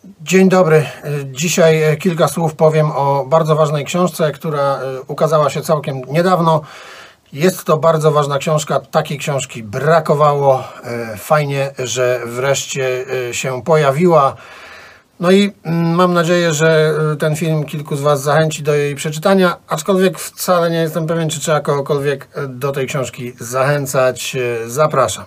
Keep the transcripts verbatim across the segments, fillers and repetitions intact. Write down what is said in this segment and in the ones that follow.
Dzień dobry. Dzisiaj kilka słów powiem o bardzo ważnej książce, która ukazała się całkiem niedawno. Jest to bardzo ważna książka. Takiej książki brakowało. Fajnie, że wreszcie się pojawiła. No i mam nadzieję, że ten film kilku z Was zachęci do jej przeczytania, aczkolwiek wcale nie jestem pewien, czy trzeba kogokolwiek do tej książki zachęcać. Zapraszam.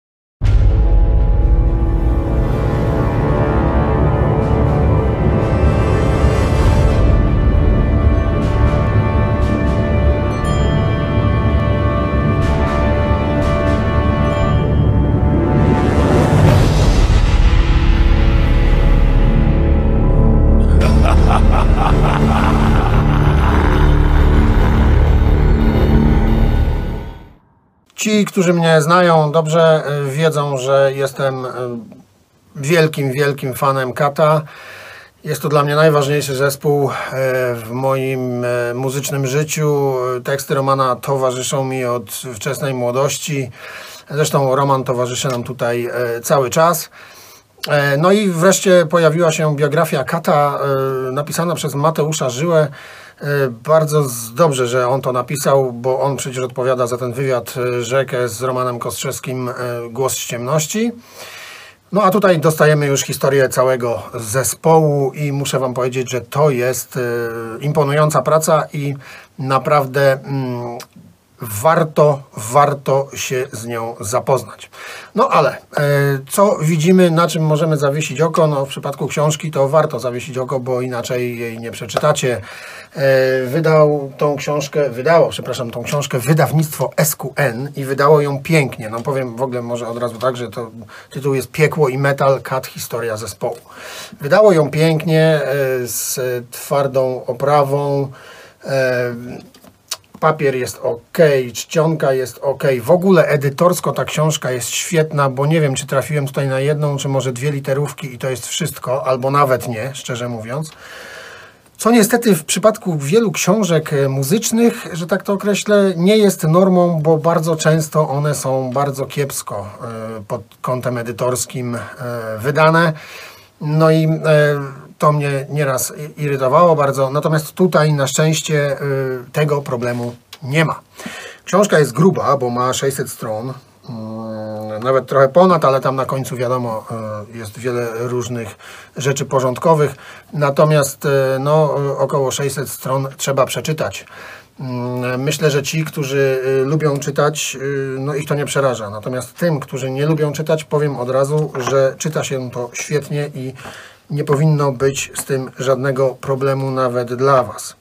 Ci, którzy mnie znają dobrze, wiedzą, że jestem wielkim, wielkim fanem Kata. Jest to dla mnie najważniejszy zespół w moim muzycznym życiu. Teksty Romana towarzyszą mi od wczesnej młodości. Zresztą Roman towarzyszy nam tutaj cały czas. No i wreszcie pojawiła się biografia Kata, napisana przez Mateusza Żyłę. Bardzo dobrze, że on to napisał, bo on przecież odpowiada za ten wywiad Rzekę z Romanem Kostrzewskim, Głos z ciemności. No a tutaj dostajemy już historię całego zespołu i muszę Wam powiedzieć, że to jest imponująca praca i naprawdę mm, warto, warto się z nią zapoznać. No ale e, co widzimy, na czym możemy zawiesić oko? No w przypadku książki to warto zawiesić oko, bo inaczej jej nie przeczytacie. E, wydał tą książkę, wydało, przepraszam, tą książkę wydawnictwo S Q N i wydało ją pięknie. No powiem w ogóle może od razu tak, że to tytuł jest Piekło i Metal, Kat, historia zespołu. Wydało ją pięknie, e, z twardą oprawą. E, Papier jest ok, czcionka jest ok. W ogóle edytorsko ta książka jest świetna, bo nie wiem, czy trafiłem tutaj na jedną, czy może dwie literówki i to jest wszystko, albo nawet nie, szczerze mówiąc. Co niestety w przypadku wielu książek muzycznych, że tak to określę, nie jest normą, bo bardzo często one są bardzo kiepsko pod kątem edytorskim wydane. No i to mnie nieraz irytowało bardzo, natomiast tutaj na szczęście tego problemu nie ma. Książka jest gruba, bo ma sześćset stron, nawet trochę ponad, ale tam na końcu wiadomo jest wiele różnych rzeczy porządkowych, natomiast no, około sześćset stron trzeba przeczytać. Myślę, że ci, którzy lubią czytać, no ich to nie przeraża. Natomiast tym, którzy nie lubią czytać, powiem od razu, że czyta się to świetnie i nie powinno być z tym żadnego problemu nawet dla Was.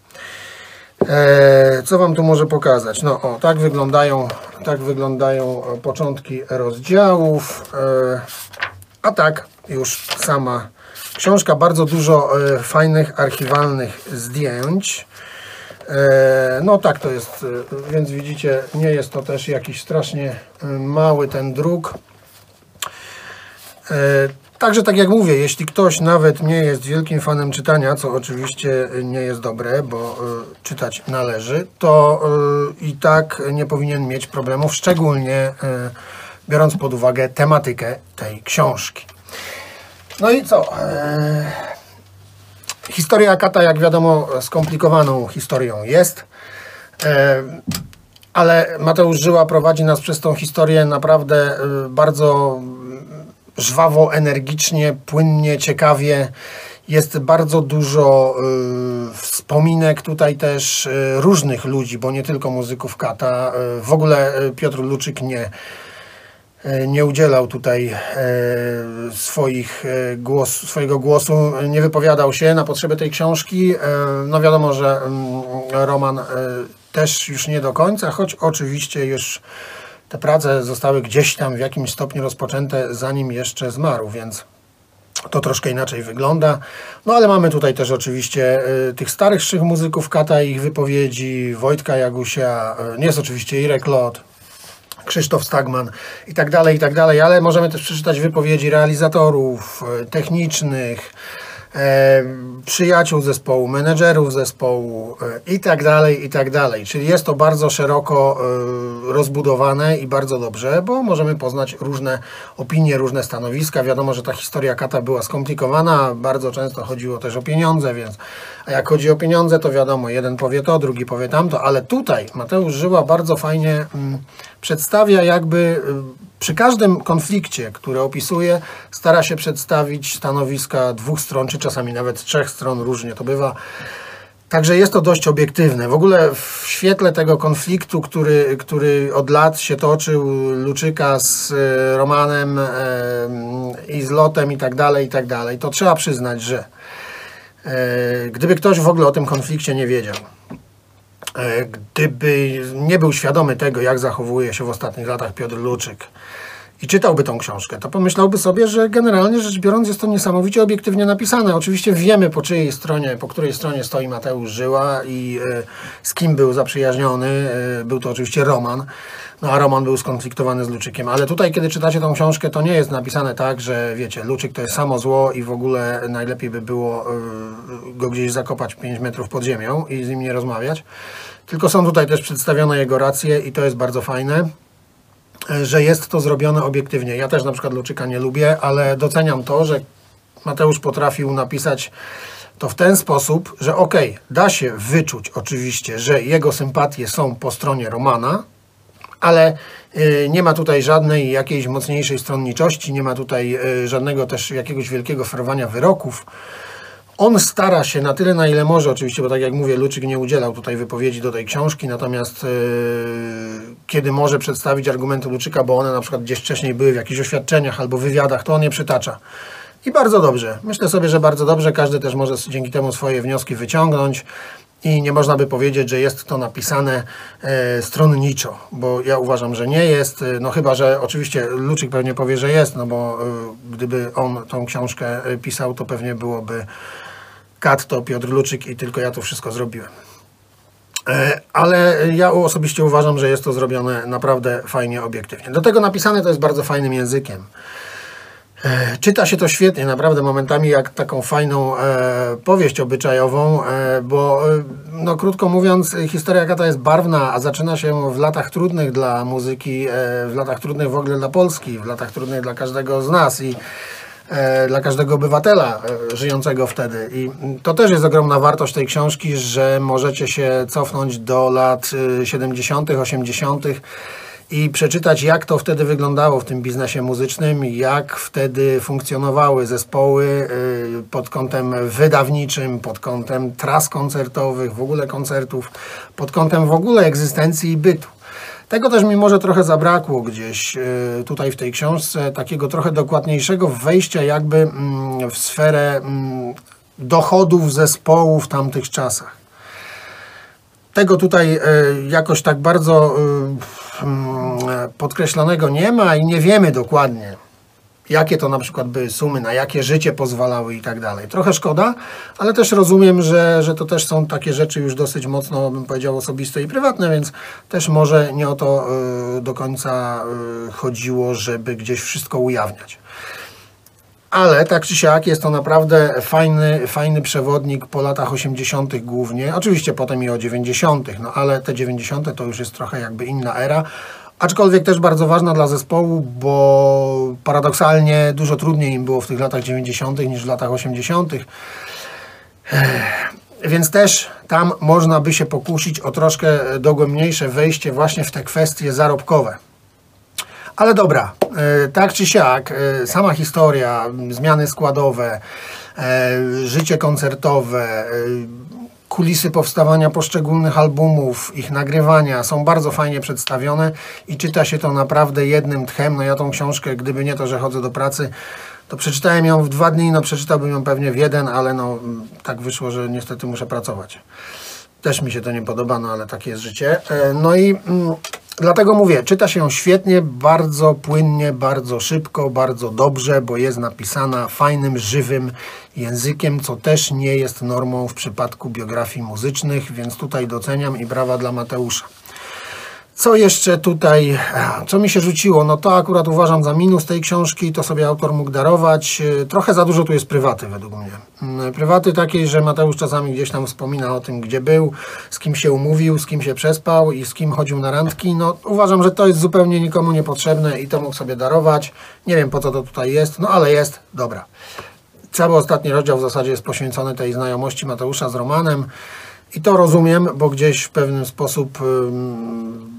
Eee, co Wam tu może pokazać? No o, tak wyglądają, tak wyglądają początki rozdziałów, eee, a tak już sama książka. Bardzo dużo e, fajnych archiwalnych zdjęć. No tak to jest, więc widzicie, nie jest to też jakiś strasznie mały ten druk. Także tak jak mówię, jeśli ktoś nawet nie jest wielkim fanem czytania, co oczywiście nie jest dobre, bo czytać należy, to i tak nie powinien mieć problemów, szczególnie biorąc pod uwagę tematykę tej książki. No i co? Historia Kata, jak wiadomo, skomplikowaną historią jest, ale Mateusz Żyła prowadzi nas przez tą historię naprawdę bardzo żwawo, energicznie, płynnie, ciekawie. Jest bardzo dużo wspominek tutaj też różnych ludzi, bo nie tylko muzyków Kata. W ogóle Piotr Luczyk nie nie udzielał tutaj e, swoich, e, głos, swojego głosu, nie wypowiadał się na potrzeby tej książki. E, no wiadomo, że mm, Roman e, też już nie do końca, choć oczywiście już te prace zostały gdzieś tam w jakimś stopniu rozpoczęte, zanim jeszcze zmarł, więc to troszkę inaczej wygląda. No ale mamy tutaj też oczywiście e, tych starszych muzyków Kata, ich wypowiedzi, Wojtka Jagusia, e, nie jest oczywiście Irek Lot, Krzysztof Stagman i tak dalej, i tak dalej, ale możemy też przeczytać wypowiedzi realizatorów technicznych, e, przyjaciół zespołu, menedżerów zespołu e, i tak dalej, i tak dalej. Czyli jest to bardzo szeroko e, rozbudowane i bardzo dobrze, bo możemy poznać różne opinie, różne stanowiska. Wiadomo, że ta historia Kata była skomplikowana, bardzo często chodziło też o pieniądze, więc a jak chodzi o pieniądze, to wiadomo, jeden powie to, drugi powie tamto, ale tutaj Mateusz Żyła bardzo fajnie mm, przedstawia jakby y, przy każdym konflikcie, który opisuje, stara się przedstawić stanowiska dwóch stron, czy czasami nawet trzech stron, różnie to bywa. Także jest to dość obiektywne. W ogóle w świetle tego konfliktu, który, który od lat się toczył, Luczyka z y, Romanem y, i z Lotem i tak dalej, i tak dalej, to trzeba przyznać, że y, gdyby ktoś w ogóle o tym konflikcie nie wiedział, y, gdyby nie był świadomy tego, jak zachowuje się w ostatnich latach Piotr Luczyk i czytałby tą książkę, to pomyślałby sobie, że generalnie rzecz biorąc jest to niesamowicie obiektywnie napisane. Oczywiście wiemy, po czyjej stronie, po której stronie stoi Mateusz Żyła i y, z kim był zaprzyjaźniony. Y, był to oczywiście Roman, no a Roman był skonfliktowany z Luczykiem. Ale tutaj, kiedy czytacie tą książkę, to nie jest napisane tak, że wiecie, Luczyk to jest samo zło i w ogóle najlepiej by było y, go gdzieś zakopać pięć metrów pod ziemią i z nim nie rozmawiać. Tylko są tutaj też przedstawione jego racje i to jest bardzo fajne, że jest to zrobione obiektywnie. Ja też na przykład Luczyka nie lubię, ale doceniam to, że Mateusz potrafił napisać to w ten sposób, że okej, okay, da się wyczuć oczywiście, że jego sympatie są po stronie Romana, ale y, nie ma tutaj żadnej jakiejś mocniejszej stronniczości, nie ma tutaj y, żadnego też jakiegoś wielkiego ferwowania wyroków. On stara się na tyle, na ile może, oczywiście, bo tak jak mówię, Luczyk nie udzielał tutaj wypowiedzi do tej książki, natomiast yy, kiedy może przedstawić argumenty Luczyka, bo one na przykład gdzieś wcześniej były w jakichś oświadczeniach albo wywiadach, to on je przytacza. I bardzo dobrze. Myślę sobie, że bardzo dobrze. Każdy też może dzięki temu swoje wnioski wyciągnąć i nie można by powiedzieć, że jest to napisane e, stronniczo, bo ja uważam, że nie jest. No chyba, że oczywiście Luczyk pewnie powie, że jest, no bo e, gdyby on tą książkę pisał, to pewnie byłoby Kat to Piotr Luczyk i tylko ja to wszystko zrobiłem. E, ale ja osobiście uważam, że jest to zrobione naprawdę fajnie, obiektywnie. Do tego napisane to jest bardzo fajnym językiem. Czyta się to świetnie, naprawdę momentami jak taką fajną e, powieść obyczajową, e, bo e, no krótko mówiąc, historia Kata jest barwna, a zaczyna się w latach trudnych dla muzyki, e, w latach trudnych w ogóle dla Polski, w latach trudnych dla każdego z nas i e, dla każdego obywatela e, żyjącego wtedy. I to też jest ogromna wartość tej książki, że możecie się cofnąć do lat siedemdziesiątych, osiemdziesiątych i przeczytać, jak to wtedy wyglądało w tym biznesie muzycznym, jak wtedy funkcjonowały zespoły pod kątem wydawniczym, pod kątem tras koncertowych, w ogóle koncertów, pod kątem w ogóle egzystencji i bytu. Tego też mi może trochę zabrakło gdzieś tutaj w tej książce, takiego trochę dokładniejszego wejścia jakby w sferę dochodów zespołu w tamtych czasach. Tego tutaj jakoś tak bardzo podkreślonego nie ma i nie wiemy dokładnie, jakie to na przykład były sumy, na jakie życie pozwalały i tak dalej. Trochę szkoda, ale też rozumiem, że, że to też są takie rzeczy już dosyć mocno, bym powiedział, osobiste i prywatne, więc też może nie o to y, do końca y, chodziło, żeby gdzieś wszystko ujawniać. Ale tak czy siak jest to naprawdę fajny, fajny przewodnik po latach osiemdziesiątych głównie, oczywiście potem i o dziewięćdziesiątych, no ale te dziewięćdziesiąte to już jest trochę jakby inna era, aczkolwiek też bardzo ważna dla zespołu, bo paradoksalnie dużo trudniej im było w tych latach dziewięćdziesiątych niż w latach osiemdziesiątych. Więc też tam można by się pokusić o troszkę dogłębniejsze wejście właśnie w te kwestie zarobkowe. Ale dobra, tak czy siak, sama historia, zmiany składowe, życie koncertowe, kulisy powstawania poszczególnych albumów, ich nagrywania są bardzo fajnie przedstawione i czyta się to naprawdę jednym tchem. No ja tą książkę, gdyby nie to, że chodzę do pracy, to przeczytałem ją w dwa dni, no przeczytałbym ją pewnie w jeden, ale no tak wyszło, że niestety muszę pracować. Też mi się to nie podoba, no ale takie jest życie. No i mm, dlatego mówię, czyta się ją świetnie, bardzo płynnie, bardzo szybko, bardzo dobrze, bo jest napisana fajnym, żywym językiem, co też nie jest normą w przypadku biografii muzycznych, więc tutaj doceniam i brawa dla Mateusza. Co jeszcze tutaj, co mi się rzuciło? No to akurat uważam za minus tej książki, to sobie autor mógł darować. Trochę za dużo tu jest prywaty według mnie. Prywaty takiej, że Mateusz czasami gdzieś tam wspomina o tym, gdzie był, z kim się umówił, z kim się przespał i z kim chodził na randki. No uważam, że to jest zupełnie nikomu niepotrzebne i to mógł sobie darować. Nie wiem, po co to tutaj jest, no ale jest, dobra. Cały ostatni rozdział w zasadzie jest poświęcony tej znajomości Mateusza z Romanem i to rozumiem, bo gdzieś w pewien sposób um,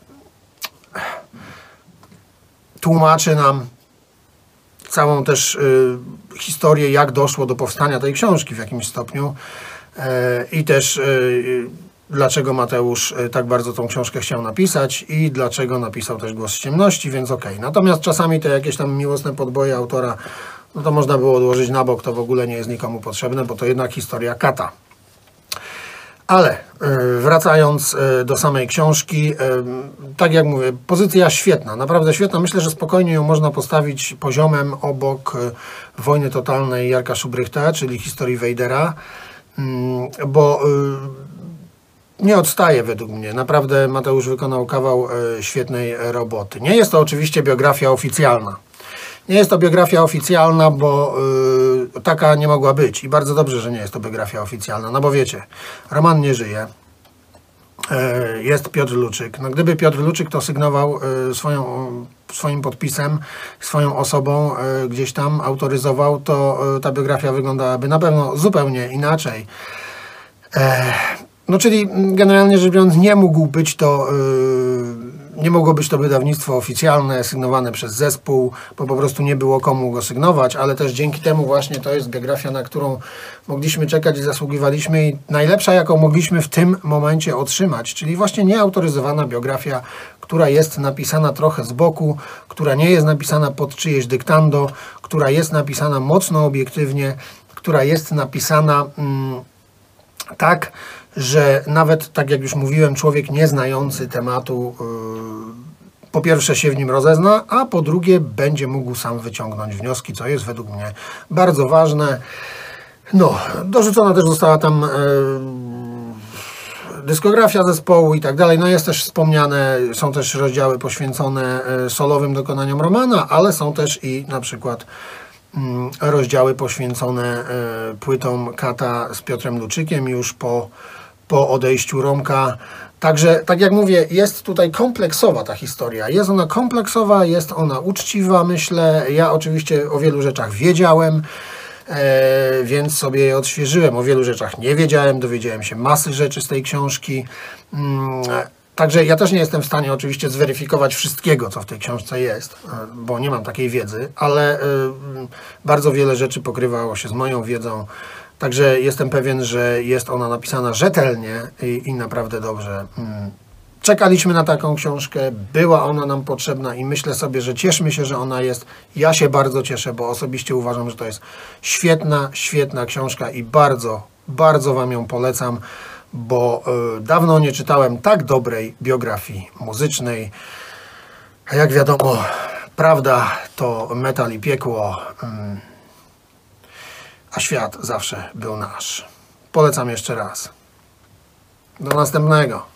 tłumaczy nam całą też y, historię, jak doszło do powstania tej książki w jakimś stopniu y, i też y, dlaczego Mateusz y, tak bardzo tą książkę chciał napisać i dlaczego napisał też Głos z ciemności, więc okej. Okay. Natomiast czasami te jakieś tam miłosne podboje autora, no to można było odłożyć na bok, to w ogóle nie jest nikomu potrzebne, bo to jednak historia kata. Ale wracając do samej książki, tak jak mówię, pozycja świetna, naprawdę świetna. Myślę, że spokojnie ją można postawić poziomem obok Wojny Totalnej Jarka Szubrychta, czyli historii Wejdera, bo nie odstaje według mnie. Naprawdę Mateusz wykonał kawał świetnej roboty. Nie jest to oczywiście biografia oficjalna. Nie jest to biografia oficjalna, bo yy, taka nie mogła być. I bardzo dobrze, że nie jest to biografia oficjalna. No bo wiecie, Roman nie żyje. Yy, jest Piotr Luczyk. No gdyby Piotr Luczyk to sygnował yy, swoją, swoim podpisem, swoją osobą yy, gdzieś tam autoryzował, to yy, ta biografia wyglądałaby na pewno zupełnie inaczej. Yy, no czyli generalnie rzecz biorąc nie mógł być to... Yy, Nie mogło być to wydawnictwo oficjalne, sygnowane przez zespół, bo po prostu nie było komu go sygnować, ale też dzięki temu właśnie to jest biografia, na którą mogliśmy czekać i zasługiwaliśmy i najlepsza, jaką mogliśmy w tym momencie otrzymać, czyli właśnie nieautoryzowana biografia, która jest napisana trochę z boku, która nie jest napisana pod czyjeś dyktando, która jest napisana mocno obiektywnie, która jest napisana mm, tak, że nawet, tak jak już mówiłem, człowiek nieznający tematu yy, po pierwsze się w nim rozezna, a po drugie będzie mógł sam wyciągnąć wnioski, co jest według mnie bardzo ważne. No, dorzucona też została tam yy, dyskografia zespołu i tak dalej. No jest też wspomniane, są też rozdziały poświęcone yy, solowym dokonaniom Romana, ale są też i na przykład yy, rozdziały poświęcone yy, płytom Kata z Piotrem Luczykiem już po po odejściu Romka. Także, tak jak mówię, jest tutaj kompleksowa ta historia. Jest ona kompleksowa, jest ona uczciwa, myślę. Ja oczywiście o wielu rzeczach wiedziałem, e, więc sobie je odświeżyłem. O wielu rzeczach nie wiedziałem, dowiedziałem się masy rzeczy z tej książki. Mm, Także ja też nie jestem w stanie oczywiście zweryfikować wszystkiego, co w tej książce jest, bo nie mam takiej wiedzy, ale y, bardzo wiele rzeczy pokrywało się z moją wiedzą. Także jestem pewien, że jest ona napisana rzetelnie i, i naprawdę dobrze. Czekaliśmy na taką książkę, była ona nam potrzebna i myślę sobie, że cieszmy się, że ona jest. Ja się bardzo cieszę, bo osobiście uważam, że to jest świetna, świetna książka i bardzo, bardzo Wam ją polecam, bo y, dawno nie czytałem tak dobrej biografii muzycznej. A jak wiadomo, prawda to metal i piekło. Y, A świat zawsze był nasz. Polecam jeszcze raz. Do następnego.